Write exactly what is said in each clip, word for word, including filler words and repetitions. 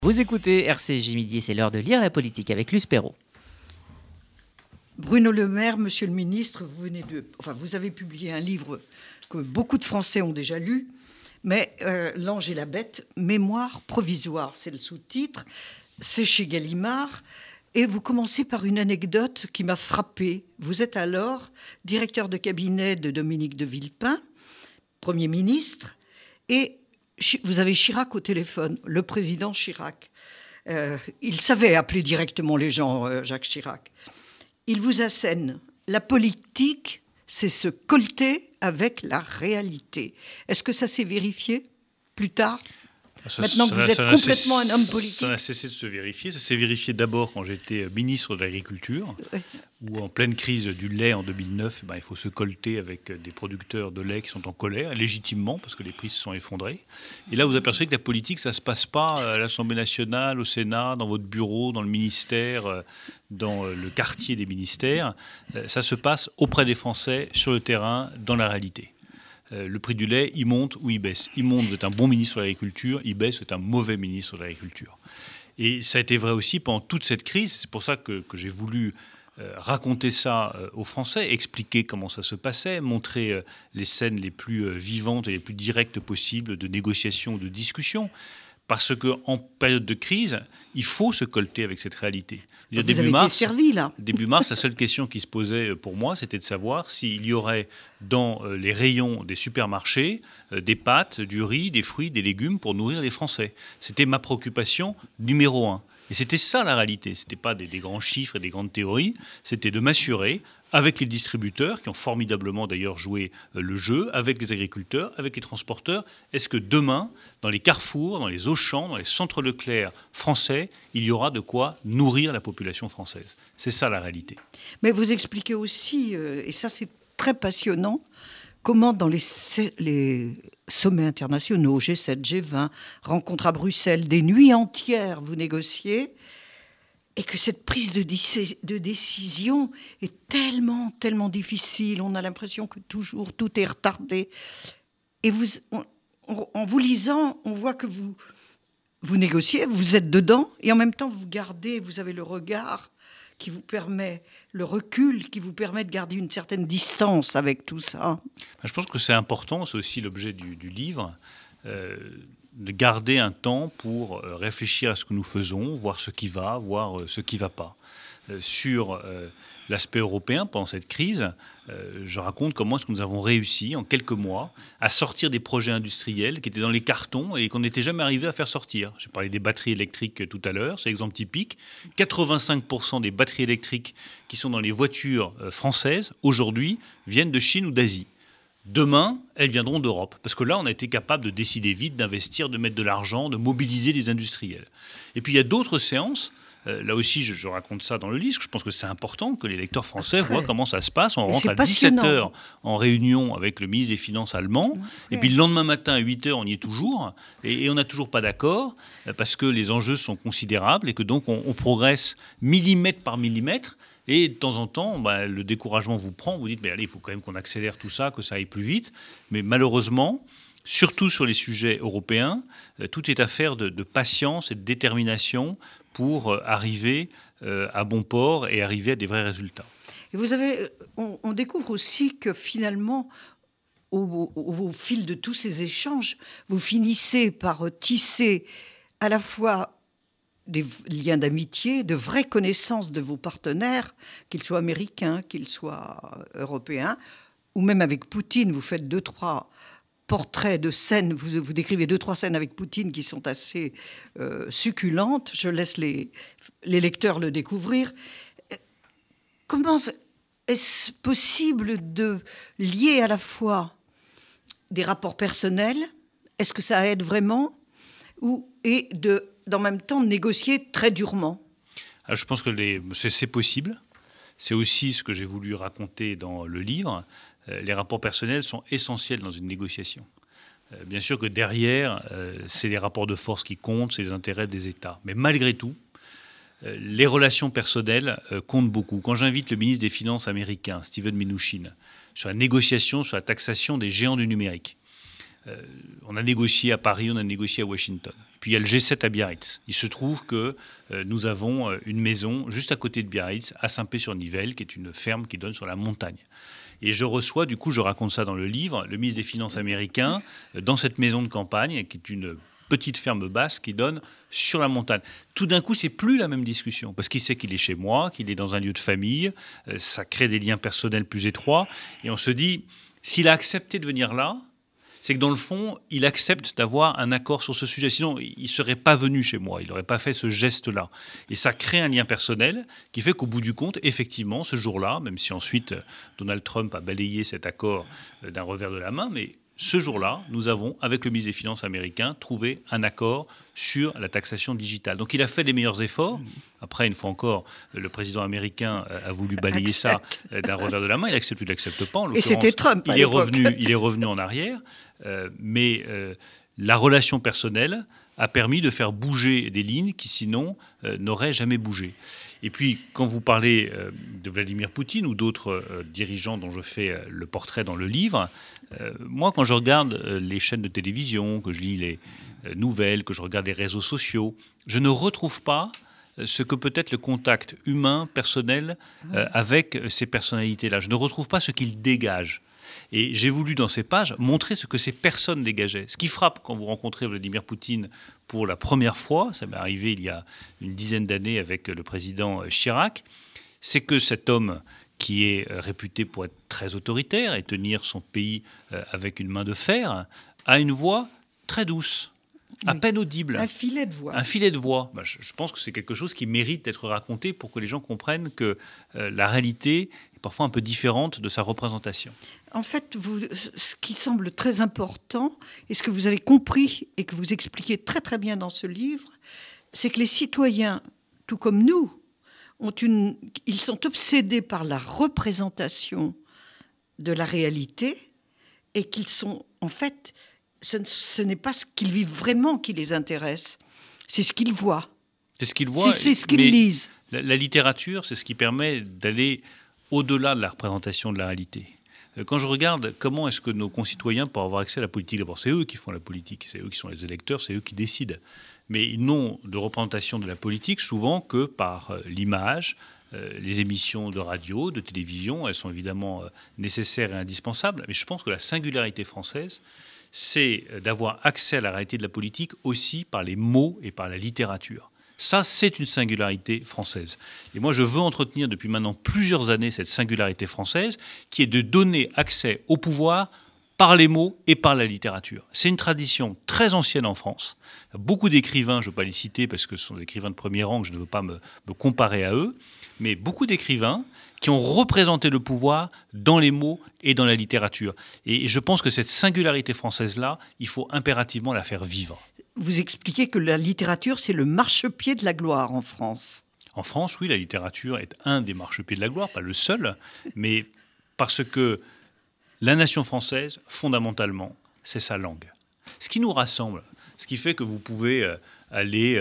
Vous écoutez R C J Midi, c'est l'heure de lire la politique avec Luce Perrault. Bruno Le Maire, monsieur le ministre, vous, venez de, enfin, vous avez publié un livre que beaucoup de Français ont déjà lu, mais euh, L'Ange et la Bête, Mémoire provisoire, c'est le sous-titre, c'est chez Gallimard, et vous commencez par une anecdote qui m'a frappée. Vous êtes alors directeur de cabinet de Dominique de Villepin, Premier ministre, et vous avez Chirac au téléphone, le président Chirac. Euh, il savait appeler directement les gens, euh, Jacques Chirac. Il vous assène. La politique, c'est se colter avec la réalité. Est-ce que ça s'est vérifié plus tard ? Ça, Maintenant ça, que vous ça, êtes ça complètement cessé, un homme politique. Ça n'a cessé de se vérifier. Ça s'est vérifié d'abord quand j'étais ministre de l'Agriculture, oui. Où en pleine crise du lait en deux mille neuf, ben, il faut se colter avec des producteurs de lait qui sont en colère, légitimement, parce que les prix se sont effondrés. Et là, vous apercevez que la politique, ça ne se passe pas à l'Assemblée nationale, au Sénat, dans votre bureau, dans le ministère, dans le quartier des ministères. Ça se passe auprès des Français, sur le terrain, dans la réalité. Le prix du lait, il monte ou il baisse. Il monte, vous êtes un bon ministre de l'Agriculture. Il baisse, vous êtes un mauvais ministre de l'Agriculture. Et ça a été vrai aussi pendant toute cette crise. C'est pour ça que, que j'ai voulu euh, raconter ça euh, aux Français, expliquer comment ça se passait, montrer euh, les scènes les plus euh, vivantes et les plus directes possibles de négociation ou de discussion. Parce qu'en période de crise, il faut se colter avec cette réalité. Vous début avez mars, été servi, là. Début mars, la seule question qui se posait pour moi, c'était de savoir s'il y aurait dans les rayons des supermarchés des pâtes, du riz, des fruits, des légumes pour nourrir les Français. C'était ma préoccupation numéro un. Et c'était ça la réalité. Ce n'était pas des, des grands chiffres et des grandes théories. C'était de m'assurer, avec les distributeurs, qui ont formidablement d'ailleurs joué le jeu, avec les agriculteurs, avec les transporteurs, est-ce que demain, dans les carrefours, dans les Auchan, dans les centres Leclerc français, il y aura de quoi nourrir la population française ? C'est ça la réalité. Mais vous expliquez aussi, euh, et ça c'est très passionnant, comment dans les, les sommets internationaux, G sept, G vingt, rencontres à Bruxelles, des nuits entières, vous négociez, et que cette prise de, dé- de décision est tellement, tellement difficile. On a l'impression que toujours tout est retardé. Et vous, on, on, en vous lisant, on voit que vous, vous négociez, vous êtes dedans, et en même temps, vous gardez, vous avez le regard qui vous permet, le recul qui vous permet de garder une certaine distance avec tout ça. Je pense que c'est important, c'est aussi l'objet du, du livre, euh, de garder un temps pour réfléchir à ce que nous faisons, voir ce qui va, voir ce qui ne va pas. Euh, sur euh, l'aspect européen, pendant cette crise, euh, je raconte comment est-ce que nous avons réussi, en quelques mois, à sortir des projets industriels qui étaient dans les cartons et qu'on n'était jamais arrivé à faire sortir. J'ai parlé des batteries électriques tout à l'heure, c'est l'exemple typique. quatre-vingt-cinq pour cent des batteries électriques qui sont dans les voitures françaises, aujourd'hui, viennent de Chine ou d'Asie. Demain, elles viendront d'Europe. Parce que là, on a été capable de décider vite, d'investir, de mettre de l'argent, de mobiliser les industriels. Et puis, il y a d'autres séances. Euh, là aussi, je, je raconte ça dans le livre. Je pense que c'est important que les lecteurs français Très. voient comment ça se passe. On et rentre à dix-sept heures en réunion avec le ministre des Finances allemand. Ouais. Et puis, le lendemain matin, à huit heures, on y est toujours. Et, et on n'a toujours pas d'accord parce que les enjeux sont considérables et que donc, on, on progresse millimètre par millimètre. Et de temps en temps, bah, le découragement vous prend. Vous dites, mais allez, il faut quand même qu'on accélère tout ça, que ça aille plus vite. Mais malheureusement, surtout sur les sujets européens, euh, tout est affaire de, de patience et de détermination pour euh, arriver euh, à bon port et arriver à des vrais résultats. Et vous avez, on, on découvre aussi que finalement, au, au, au fil de tous ces échanges, vous finissez par tisser à la fois des liens d'amitié, de vraies connaissances de vos partenaires, qu'ils soient américains, qu'ils soient européens, ou même avec Poutine, vous faites deux, trois portraits de scènes, vous, vous décrivez deux, trois scènes avec Poutine qui sont assez euh, succulentes. Je laisse les, les lecteurs le découvrir. Comment est-ce possible de lier à la fois des rapports personnels ? Est-ce que ça aide vraiment ? Ou, et de en même temps négocier très durement. Alors, je pense que les, c'est, c'est possible. C'est aussi ce que j'ai voulu raconter dans le livre. Euh, les rapports personnels sont essentiels dans une négociation. Euh, bien sûr que derrière, euh, c'est les rapports de force qui comptent, c'est les intérêts des États. Mais malgré tout, euh, les relations personnelles euh, comptent beaucoup. Quand j'invite le ministre des Finances américain, Steven Mnuchin, sur la négociation, sur la taxation des géants du numérique, Euh, on a négocié à Paris, on a négocié à Washington. Puis il y a le G sept à Biarritz. Il se trouve que euh, nous avons une maison juste à côté de Biarritz, à Saint-Pé-sur-Nivelle, qui est une ferme qui donne sur la montagne. Et je reçois, du coup, je raconte ça dans le livre, le ministre des Finances américain, euh, dans cette maison de campagne, qui est une petite ferme basse qui donne sur la montagne. Tout d'un coup, c'est plus la même discussion, parce qu'il sait qu'il est chez moi, qu'il est dans un lieu de famille, euh, ça crée des liens personnels plus étroits, et on se dit, s'il a accepté de venir là, c'est que dans le fond, il accepte d'avoir un accord sur ce sujet. Sinon, il ne serait pas venu chez moi, il n'aurait pas fait ce geste-là. Et ça crée un lien personnel qui fait qu'au bout du compte, effectivement, ce jour-là, même si ensuite Donald Trump a balayé cet accord d'un revers de la main, mais ce jour-là, nous avons, avec le ministre des Finances américain, trouvé un accord sur la taxation digitale. Donc il a fait les meilleurs efforts. Après, une fois encore, le président américain a voulu balayer Accepte. ça d'un revers de la main. Il accepte ou il n'accepte pas. En Et c'était Trump à il est revenu, il est revenu en arrière. Euh, mais euh, la relation personnelle a permis de faire bouger des lignes qui, sinon, euh, n'auraient jamais bougé. Et puis, quand vous parlez euh, de Vladimir Poutine ou d'autres euh, dirigeants dont je fais euh, le portrait dans le livre, euh, moi, quand je regarde euh, les chaînes de télévision, que je lis les euh, nouvelles, que je regarde les réseaux sociaux, je ne retrouve pas euh, ce que peut être le contact humain, personnel, euh, avec ces personnalités-là. Je ne retrouve pas ce qu'ils dégagent. Et j'ai voulu, dans ces pages, montrer ce que ces personnes dégageaient. Ce qui frappe quand vous rencontrez Vladimir Poutine pour la première fois, ça m'est arrivé il y a une dizaine d'années avec le président Chirac, c'est que cet homme qui est réputé pour être très autoritaire et tenir son pays avec une main de fer, a une voix très douce, à oui. peine audible. Un filet de voix. Un filet de voix. Ben, je, je pense que c'est quelque chose qui mérite d'être raconté pour que les gens comprennent que euh, la réalité est parfois un peu différente de sa représentation. En fait, vous, ce qui semble très important, et ce que vous avez compris et que vous expliquez très très bien dans ce livre, c'est que les citoyens, tout comme nous, ont une, ils sont obsédés par la représentation de la réalité et qu'ils sont, en fait, ce, ce n'est pas ce qu'ils vivent vraiment qui les intéresse, c'est ce qu'ils voient. C'est ce qu'ils voient. C'est, c'est ce qu'ils lisent. La, la littérature, c'est ce qui permet d'aller au-delà de la représentation de la réalité. Quand je regarde comment est-ce que nos concitoyens peuvent avoir accès à la politique, d'abord c'est eux qui font la politique, c'est eux qui sont les électeurs, c'est eux qui décident. Mais ils n'ont de représentation de la politique souvent que par l'image, euh, les émissions de radio, de télévision, elles sont évidemment nécessaires et indispensables. Mais je pense que la singularité française, c'est d'avoir accès à la réalité de la politique aussi par les mots et par la littérature. Ça, c'est une singularité française. Et moi, je veux entretenir depuis maintenant plusieurs années cette singularité française qui est de donner accès au pouvoir par les mots et par la littérature. C'est une tradition très ancienne en France. Beaucoup d'écrivains, je ne veux pas les citer parce que ce sont des écrivains de premier rang, que je ne veux pas me, me comparer à eux, mais beaucoup d'écrivains qui ont représenté le pouvoir dans les mots et dans la littérature. Et je pense que cette singularité française-là, il faut impérativement la faire vivre. Vous expliquez que la littérature, c'est le marchepied de la gloire en France. En France, oui, la littérature est un des marchepieds de la gloire, pas le seul, mais parce que la nation française, fondamentalement, c'est sa langue. Ce qui nous rassemble, ce qui fait que vous pouvez aller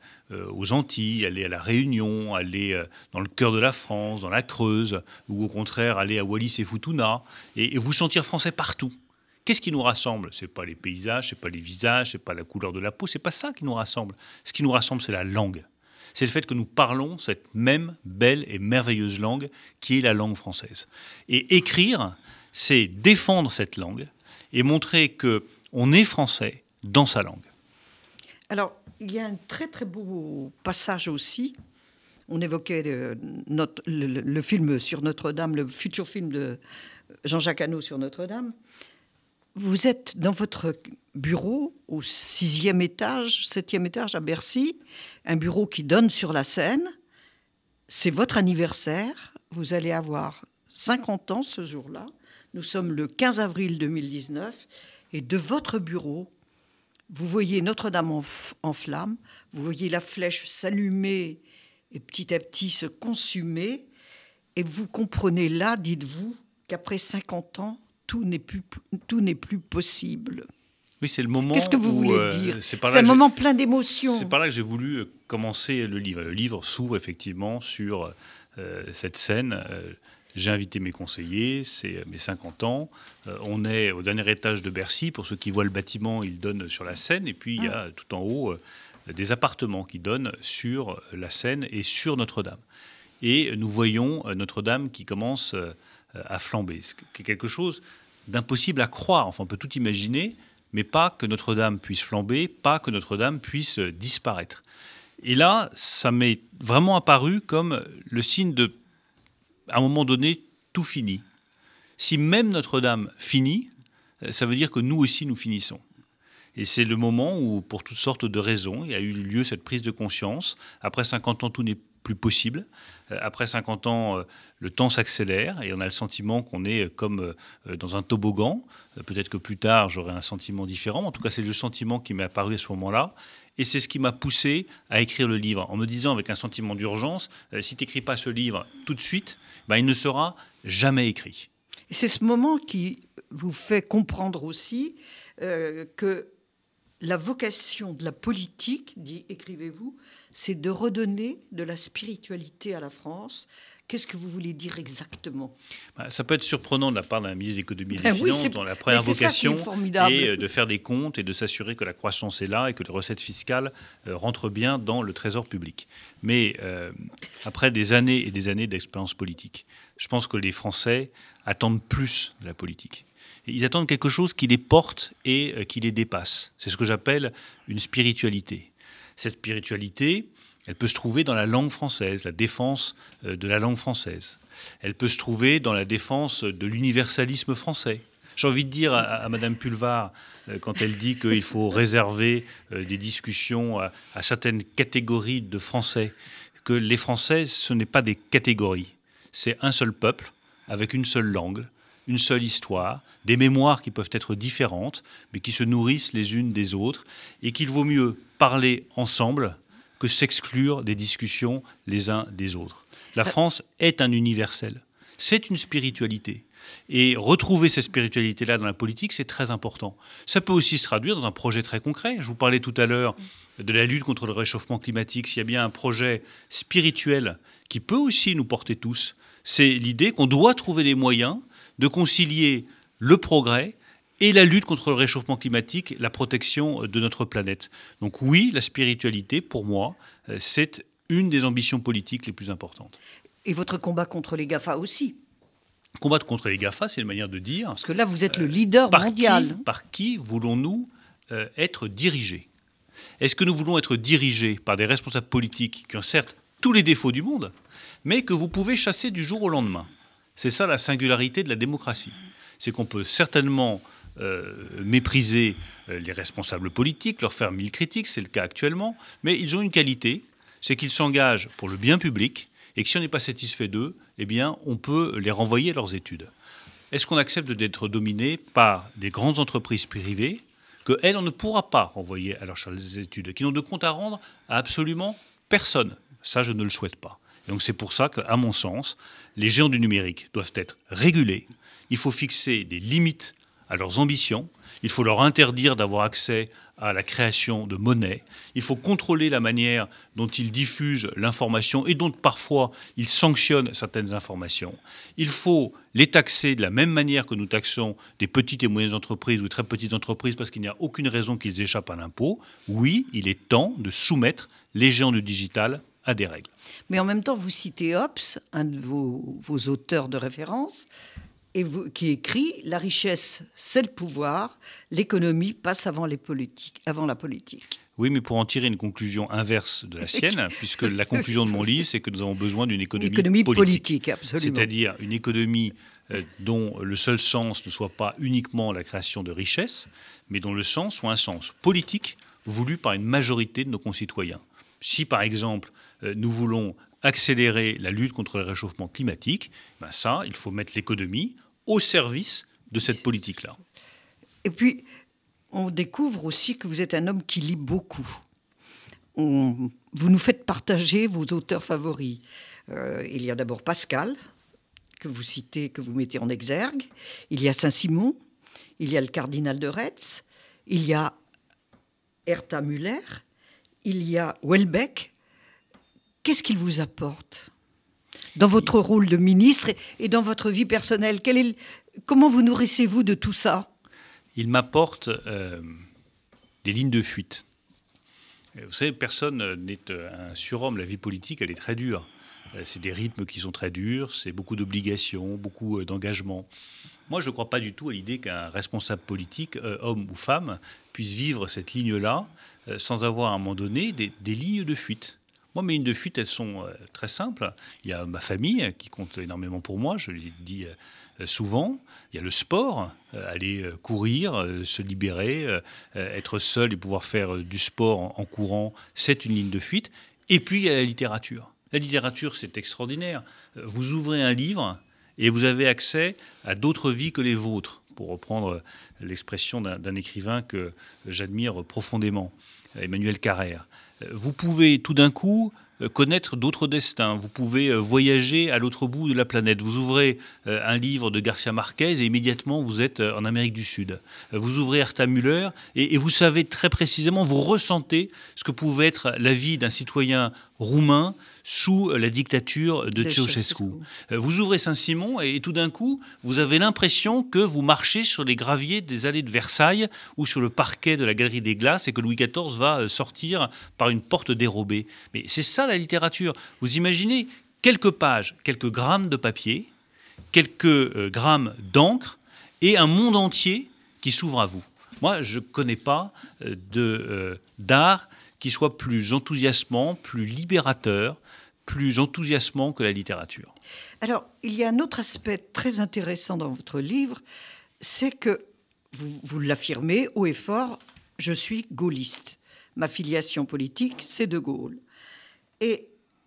aux Antilles, aller à La Réunion, aller dans le cœur de la France, dans la Creuse, ou au contraire aller à Wallis et Futuna, et vous sentir français partout. Qu'est-ce qui nous rassemble ? Ce n'est pas les paysages, ce n'est pas les visages, ce n'est pas la couleur de la peau, ce n'est pas ça qui nous rassemble. Ce qui nous rassemble, c'est la langue. C'est le fait que nous parlons cette même belle et merveilleuse langue qui est la langue française. Et écrire, c'est défendre cette langue et montrer qu'on est français dans sa langue. Alors, il y a un très très beau passage aussi. On évoquait le, notre, le, le film sur Notre-Dame, le futur film de Jean-Jacques Hano sur Notre-Dame. Vous êtes dans votre bureau au sixième étage, septième étage à Bercy, un bureau qui donne sur la Seine. C'est votre anniversaire. Vous allez avoir cinquante ans ce jour-là. Nous sommes le quinze avril deux mille dix-neuf. Et de votre bureau, vous voyez Notre-Dame en, f- en flammes. Vous voyez la flèche s'allumer et petit à petit se consumer. Et vous comprenez là, dites-vous, qu'après cinquante ans, tout n'est plus, tout n'est plus possible. Oui, c'est le moment. Qu'est-ce que vous où, voulez euh, dire ? C'est, c'est un moment plein d'émotions. C'est par là que j'ai voulu commencer le livre. Le livre s'ouvre effectivement sur euh, cette scène, euh, J'ai invité mes conseillers, c'est mes cinquante ans. Euh, on est au dernier étage de Bercy. Pour ceux qui voient le bâtiment, il donne sur la Seine. Et puis, il y a tout en haut euh, des appartements qui donnent sur la Seine et sur Notre-Dame. Et nous voyons euh, Notre-Dame qui commence euh, à flamber. C'est quelque chose d'impossible à croire. Enfin, on peut tout imaginer, mais pas que Notre-Dame puisse flamber, pas que Notre-Dame puisse disparaître. Et là, ça m'est vraiment apparu comme le signe de, à un moment donné, tout finit. Si même Notre-Dame finit, ça veut dire que nous aussi, nous finissons. Et c'est le moment où, pour toutes sortes de raisons, il y a eu lieu cette prise de conscience. Après cinquante ans, tout n'est plus possible. Après cinquante ans, le temps s'accélère et on a le sentiment qu'on est comme dans un toboggan. Peut-être que plus tard, j'aurai un sentiment différent. En tout cas, c'est le sentiment qui m'est apparu à ce moment-là. Et c'est ce qui m'a poussé à écrire le livre, en me disant avec un sentiment d'urgence, euh, si tu n'écris pas ce livre tout de suite, ben, il ne sera jamais écrit. Et c'est ce moment qui vous fait comprendre aussi euh, que la vocation de la politique, dit écrivez-vous, c'est de redonner de la spiritualité à la France. Qu'est-ce que vous voulez dire exactement ? Ben, ça peut être surprenant de la part d'un ministre de l'économie et des ben finances, oui, dont la première vocation est, est de faire des comptes et de s'assurer que la croissance est là et que les recettes fiscales euh, rentrent bien dans le trésor public. Mais euh, après des années et des années d'expérience politique, je pense que les Français attendent plus de la politique. Ils attendent quelque chose qui les porte et euh, qui les dépasse. C'est ce que j'appelle une spiritualité. Cette spiritualité, elle peut se trouver dans la langue française, la défense de la langue française. Elle peut se trouver dans la défense de l'universalisme français. J'ai envie de dire à, à Madame Pulvar, quand elle dit qu'il faut réserver des discussions à, à certaines catégories de Français, que les Français, ce n'est pas des catégories. C'est un seul peuple, avec une seule langue, une seule histoire, des mémoires qui peuvent être différentes, mais qui se nourrissent les unes des autres, et qu'il vaut mieux parler ensemble que s'exclure des discussions les uns des autres. La France est un universel. C'est une spiritualité. Et retrouver cette spiritualité-là dans la politique, c'est très important. Ça peut aussi se traduire dans un projet très concret. Je vous parlais tout à l'heure de la lutte contre le réchauffement climatique. S'il y a bien un projet spirituel qui peut aussi nous porter tous, c'est l'idée qu'on doit trouver des moyens de concilier le progrès et la lutte contre le réchauffement climatique, la protection de notre planète. Donc oui, la spiritualité, pour moi, c'est une des ambitions politiques les plus importantes. Et votre combat contre les GAFA aussi. Combattre contre les GAFA, c'est une manière de dire... Parce que là, vous êtes euh, le leader par mondial. Qui, par qui voulons-nous euh, être dirigés ? Est-ce que nous voulons être dirigés par des responsables politiques qui ont certes tous les défauts du monde, mais que vous pouvez chasser du jour au lendemain ? C'est ça la singularité de la démocratie. C'est qu'on peut certainement... Euh, mépriser euh, les responsables politiques, leur faire mille critiques, c'est le cas actuellement, mais ils ont une qualité, c'est qu'ils s'engagent pour le bien public et que si on n'est pas satisfait d'eux, eh bien, on peut les renvoyer à leurs études. Est-ce qu'on accepte d'être dominé par des grandes entreprises privées qu'elles, on ne pourra pas renvoyer à leurs études, qui n'ont de compte à rendre à absolument personne ? Ça, je ne le souhaite pas. Donc c'est pour ça qu'à mon sens, les géants du numérique doivent être régulés. Il faut fixer des limites à leurs ambitions, il faut leur interdire d'avoir accès à la création de monnaie, il faut contrôler la manière dont ils diffusent l'information et dont parfois ils sanctionnent certaines informations, il faut les taxer de la même manière que nous taxons des petites et moyennes entreprises ou très petites entreprises parce qu'il n'y a aucune raison qu'ils échappent à l'impôt. Oui, il est temps de soumettre les géants du digital à des règles. Mais en même temps, vous citez Hobbes, un de vos, vos auteurs de référence, et vous, qui écrit « La richesse, c'est le pouvoir, l'économie passe avant, les politiques, avant la politique ». Oui, mais pour en tirer une conclusion inverse de la sienne, puisque la conclusion de mon livre, c'est que nous avons besoin d'une économie, une économie politique. politique Absolument. C'est-à-dire une économie euh, dont le seul sens ne soit pas uniquement la création de richesses, mais dont le sens soit un sens politique voulu par une majorité de nos concitoyens. Si, par exemple, euh, nous voulons accélérer la lutte contre le réchauffement climatique, ben ça, il faut mettre l'économie au service de cette politique-là. Et puis, on découvre aussi que vous êtes un homme qui lit beaucoup. On, vous nous faites partager vos auteurs favoris. Euh, il y a d'abord Pascal, que vous citez, que vous mettez en exergue. Il y a Saint-Simon, il y a le cardinal de Retz, il y a Herta Müller, il y a Houellebecq. Qu'est-ce qu'il vous apporte ? dans votre rôle de ministre et, et dans votre vie personnelle. Quel est le, comment vous nourrissez-vous de tout ça? Il m'apporte euh, des lignes de fuite. Vous savez, personne n'est un surhomme. La vie politique, elle est très dure. C'est des rythmes qui sont très durs, c'est beaucoup d'obligations, beaucoup d'engagements. Moi, je ne crois pas du tout à l'idée qu'un responsable politique, euh, homme ou femme, puisse vivre cette ligne-là euh, sans avoir à un moment donné des, des lignes de fuite. Moi, mes lignes de fuite, elles sont euh, très simples. Il y a ma famille qui compte énormément pour moi, je l'ai dit euh, souvent. Il y a le sport, euh, aller euh, courir, euh, se libérer, euh, être seul et pouvoir faire euh, du sport en, en courant, c'est une ligne de fuite. Et puis, il y a la littérature. La littérature, c'est extraordinaire. Vous ouvrez un livre et vous avez accès à d'autres vies que les vôtres, pour reprendre l'expression d'un, d'un écrivain que j'admire profondément, Emmanuel Carrère. Vous pouvez tout d'un coup connaître d'autres destins. Vous pouvez voyager à l'autre bout de la planète. Vous ouvrez un livre de Garcia Marquez et immédiatement vous êtes en Amérique du Sud. Vous ouvrez Herta Müller et, et vous savez très précisément, vous ressentez ce que pouvait être la vie d'un citoyen roumain sous la dictature de, de Ceausescu. Vous ouvrez Saint-Simon et, et tout d'un coup, vous avez l'impression que vous marchez sur les graviers des allées de Versailles ou sur le parquet de la Galerie des Glaces et que Louis quatorze va sortir par une porte dérobée. Mais c'est ça la littérature. Vous imaginez quelques pages, quelques grammes de papier, quelques euh, grammes d'encre et un monde entier qui s'ouvre à vous. Moi, je ne connais pas euh, de, euh, d'art qui soit plus enthousiasmant, plus libérateur, plus enthousiasmant que la littérature. Alors, il y a un autre aspect très intéressant dans votre livre, c'est que, vous, vous l'affirmez haut et fort, je suis gaulliste. Ma filiation politique, c'est De Gaulle. Et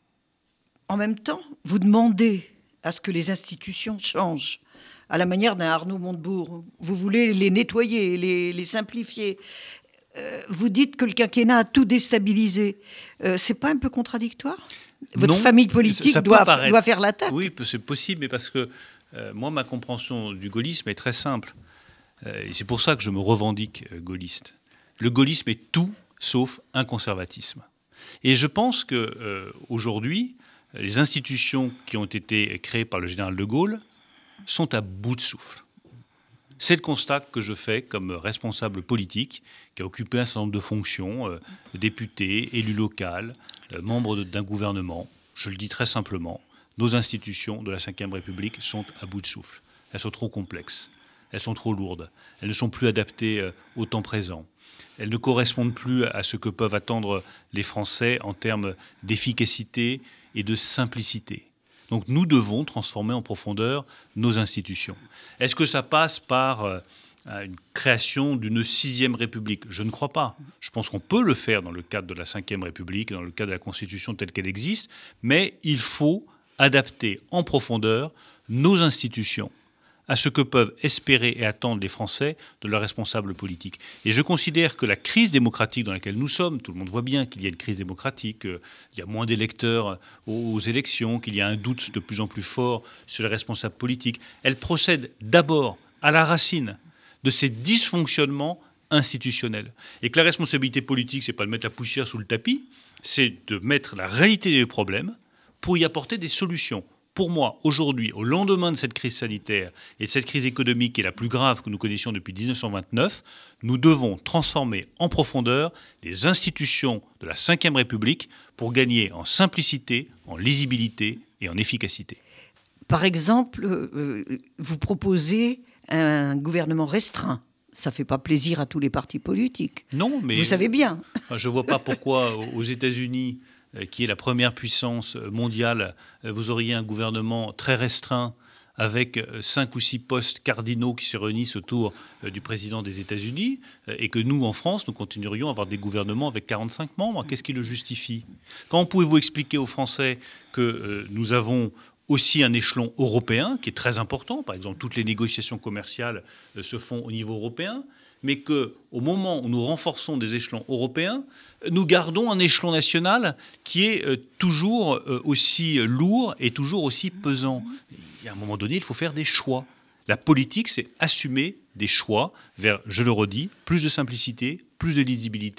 en même temps, vous demandez à ce que les institutions changent, à la manière d'un Arnaud Montebourg. Vous voulez les nettoyer, les, les simplifier. Euh, vous dites que le quinquennat a tout déstabilisé. Euh, c'est pas un peu contradictoire ? Votre non, famille politique ça, ça doit, paraître, doit faire l'attaque. Oui, c'est possible, mais parce que euh, moi, ma compréhension du gaullisme est très simple. Euh, et c'est pour ça que je me revendique euh, gaulliste. Le gaullisme est tout sauf un conservatisme. Et je pense qu'aujourd'hui, euh, les institutions qui ont été créées par le général de Gaulle sont à bout de souffle. C'est le constat que je fais comme responsable politique, qui a occupé un certain nombre de fonctions, euh, député, élu local, euh, membre de, d'un gouvernement. Je le dis très simplement, nos institutions de la cinquième République sont à bout de souffle. Elles sont trop complexes, elles sont trop lourdes, elles ne sont plus adaptées euh, au temps présent. Elles ne correspondent plus à ce que peuvent attendre les Français en termes d'efficacité et de simplicité. Donc nous devons transformer en profondeur nos institutions. Est-ce que ça passe par euh, une création d'une sixième République ? Je ne crois pas. Je pense qu'on peut le faire dans le cadre de la cinquième République, dans le cadre de la Constitution telle qu'elle existe, mais il faut adapter en profondeur nos institutions à ce que peuvent espérer et attendre les Français de leurs responsables politiques. Et je considère que la crise démocratique dans laquelle nous sommes, tout le monde voit bien qu'il y a une crise démocratique, qu'il y a moins d'électeurs aux élections, qu'il y a un doute de plus en plus fort sur les responsables politiques, elle procède d'abord à la racine de ces dysfonctionnements institutionnels. Et que la responsabilité politique, ce n'est pas de mettre la poussière sous le tapis, c'est de mettre la réalité des problèmes pour y apporter des solutions. Pour moi, aujourd'hui, au lendemain de cette crise sanitaire et de cette crise économique qui est la plus grave que nous connaissions depuis dix-neuf cent vingt-neuf, nous devons transformer en profondeur les institutions de la cinquième République pour gagner en simplicité, en lisibilité et en efficacité. Par exemple, euh, vous proposez un gouvernement restreint. Ça ne fait pas plaisir à tous les partis politiques. Non, mais... Vous savez bien. Je ne vois pas pourquoi aux États-Unis, qui est la première puissance mondiale, vous auriez un gouvernement très restreint avec cinq ou six postes cardinaux qui se réunissent autour du président des États-Unis, et que nous, en France, nous continuerions à avoir des gouvernements avec quarante-cinq membres. Qu'est-ce qui le justifie ? Comment pouvez-vous expliquer aux Français que nous avons aussi un échelon européen qui est très important ? Par exemple, toutes les négociations commerciales se font au niveau européen, mais qu'au moment où nous renforçons des échelons européens, nous gardons un échelon national qui est euh, toujours euh, aussi lourd et toujours aussi pesant. Et à un moment donné, il faut faire des choix. La politique, c'est assumer des choix vers, je le redis, plus de simplicité, plus de lisibilité,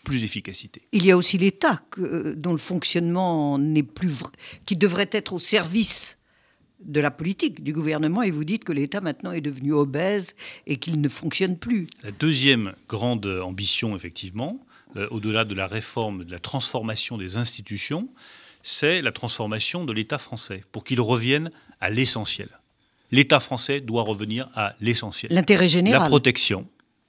plus d'efficacité. Il y a aussi l'État que, dont le fonctionnement n'est plus vrai, qui devrait être au service de la politique du gouvernement, et vous dites que l'État maintenant est devenu obèse et qu'il ne fonctionne plus. La deuxième grande ambition, effectivement, euh, au-delà de la réforme, de la transformation des institutions, c'est la transformation de l'État français, pour qu'il revienne à l'essentiel. L'État français doit revenir à l'essentiel. L'intérêt général. La protection,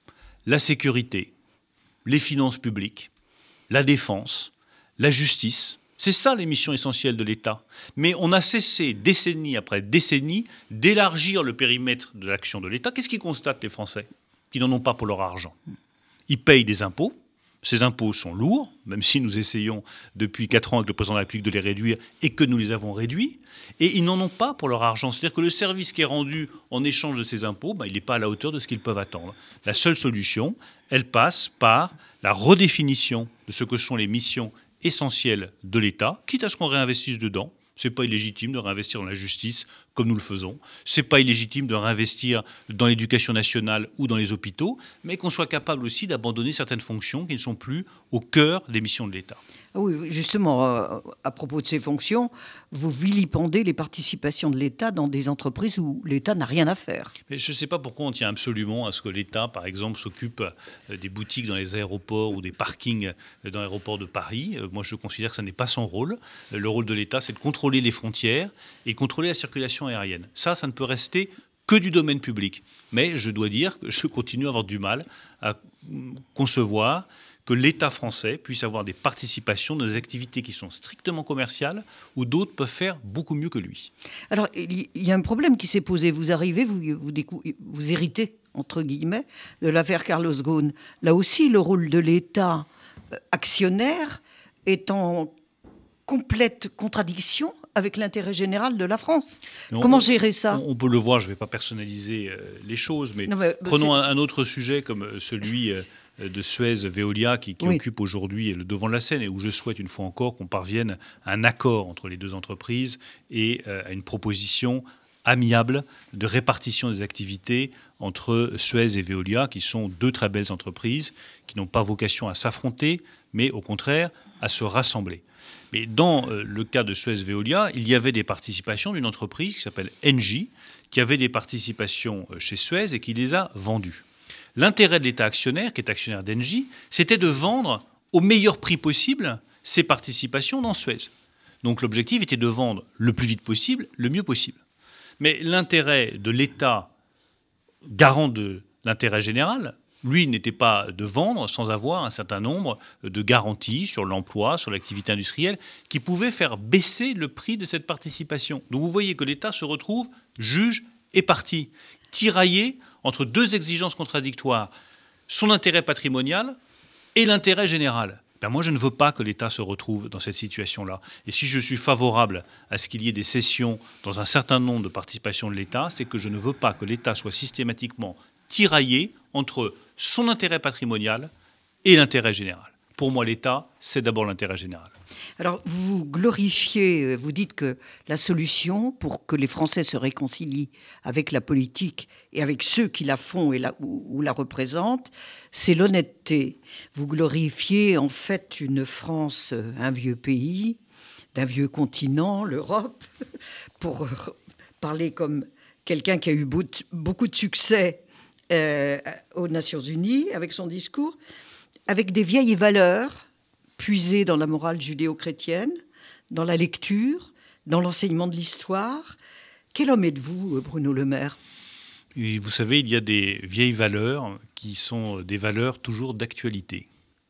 la sécurité, les finances publiques, la défense, la justice. C'est ça les missions essentielles de l'État. Mais on a cessé, décennie après décennie, d'élargir le périmètre de l'action de l'État. Qu'est-ce qu'ils constatent, les Français, qui n'en ont pas pour leur argent? Ils payent des impôts. Ces impôts sont lourds, même si nous essayons depuis quatre ans avec le président de la République de les réduire et que nous les avons réduits. Et ils n'en ont pas pour leur argent. C'est-à-dire que le service qui est rendu en échange de ces impôts, ben, il n'est pas à la hauteur de ce qu'ils peuvent attendre. La seule solution, elle passe par la redéfinition de ce que sont les missions essentielles de l'État, quitte à ce qu'on réinvestisse dedans. Ce n'est pas illégitime de réinvestir dans la justice comme nous le faisons. Ce n'est pas illégitime de réinvestir dans l'éducation nationale ou dans les hôpitaux, mais qu'on soit capable aussi d'abandonner certaines fonctions qui ne sont plus au cœur des missions de l'État. Oui, justement, euh, à propos de ces fonctions, vous vilipendez les participations de l'État dans des entreprises où l'État n'a rien à faire. Mais je ne sais pas pourquoi on tient absolument à ce que l'État, par exemple, s'occupe des boutiques dans les aéroports ou des parkings dans l'aéroport de Paris. Moi, je considère que ce n'est pas son rôle. Le rôle de l'État, c'est de contrôler les frontières et contrôler la circulation aérienne. Ça, ça ne peut rester que du domaine public. Mais je dois dire que je continue à avoir du mal à concevoir que l'État français puisse avoir des participations dans des activités qui sont strictement commerciales, où d'autres peuvent faire beaucoup mieux que lui. Alors, il y a un problème qui s'est posé. Vous arrivez, vous, vous, décou- vous héritez, entre guillemets, de l'affaire Carlos Ghosn. Là aussi, le rôle de l'État euh, actionnaire est en complète contradiction avec l'intérêt général de la France. On, Comment gérer ça? on, on peut le voir, je ne vais pas personnaliser euh, les choses, mais, non, mais prenons un, un autre sujet comme celui euh, de Suez-Veolia qui, qui oui. occupe aujourd'hui le devant de la scène et où je souhaite une fois encore qu'on parvienne à un accord entre les deux entreprises et euh, à une proposition amiable de répartition des activités entre Suez et Veolia, qui sont deux très belles entreprises qui n'ont pas vocation à s'affronter, mais au contraire à se rassembler. Mais dans euh, le cas de Suez-Veolia, il y avait des participations d'une entreprise qui s'appelle Engie, qui avait des participations chez Suez et qui les a vendues. L'intérêt de l'État actionnaire, qui est actionnaire d'Engie, c'était de vendre au meilleur prix possible ses participations dans Suez. Donc l'objectif était de vendre le plus vite possible, le mieux possible. Mais l'intérêt de l'État, garant de l'intérêt général, lui, n'était pas de vendre sans avoir un certain nombre de garanties sur l'emploi, sur l'activité industrielle, qui pouvaient faire baisser le prix de cette participation. Donc vous voyez que l'État se retrouve juge et partie, tiraillé entre deux exigences contradictoires, son intérêt patrimonial et l'intérêt général. Ben moi, je ne veux pas que l'État se retrouve dans cette situation-là. Et si je suis favorable à ce qu'il y ait des cessions dans un certain nombre de participations de l'État, c'est que je ne veux pas que l'État soit systématiquement tiraillé entre son intérêt patrimonial et l'intérêt général. Pour moi, l'État, c'est d'abord l'intérêt général. Alors, vous glorifiez, vous dites que la solution pour que les Français se réconcilient avec la politique et avec ceux qui la font et la, ou, ou la représentent, c'est l'honnêteté. Vous glorifiez en fait une France, un vieux pays, d'un vieux continent, l'Europe, pour parler comme quelqu'un qui a eu beaucoup de succès euh, aux Nations Unies avec son discours, avec des vieilles valeurs puisées dans la morale judéo-chrétienne, dans la lecture, dans l'enseignement de l'histoire. Quel homme êtes-vous, Bruno Le Maire ? Et vous savez, il y a des vieilles valeurs qui sont des valeurs toujours d'actualité.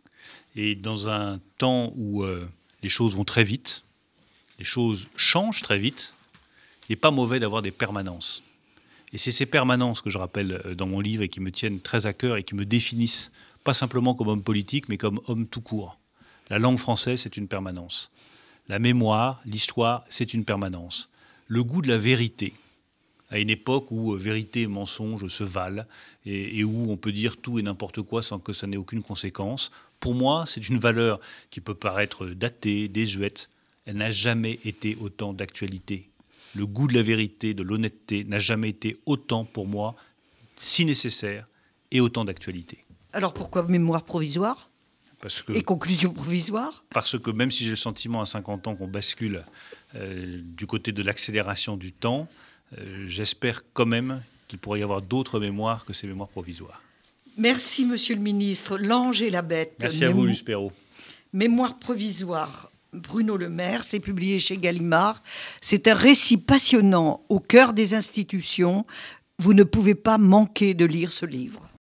Et dans un temps où euh, les choses vont très vite, les choses changent très vite, il n'est pas mauvais d'avoir des permanences. Et c'est ces permanences que je rappelle dans mon livre et qui me tiennent très à cœur et qui me définissent, pas simplement comme homme politique, mais comme homme tout court. La langue française, c'est une permanence. La mémoire, l'histoire, c'est une permanence. Le goût de la vérité, à une époque où vérité et mensonge se valent et, et où on peut dire tout et n'importe quoi sans que ça n'ait aucune conséquence, pour moi, c'est une valeur qui peut paraître datée, désuète. Elle n'a jamais été autant d'actualité. Le goût de la vérité, de l'honnêteté n'a jamais été autant, pour moi, si nécessaire et autant d'actualité. Alors pourquoi mémoire provisoire ? Parce que, Et conclusion provisoire ? Parce que même si j'ai le sentiment à cinquante ans qu'on bascule euh, du côté de l'accélération du temps, euh, j'espère quand même qu'il pourrait y avoir d'autres mémoires que ces mémoires provisoires. Merci, Monsieur le Ministre. L'ange et la bête. Merci à vous, Luce Perrault. Mémoire provisoire, Bruno Le Maire, c'est publié chez Gallimard. C'est un récit passionnant au cœur des institutions. Vous ne pouvez pas manquer de lire ce livre.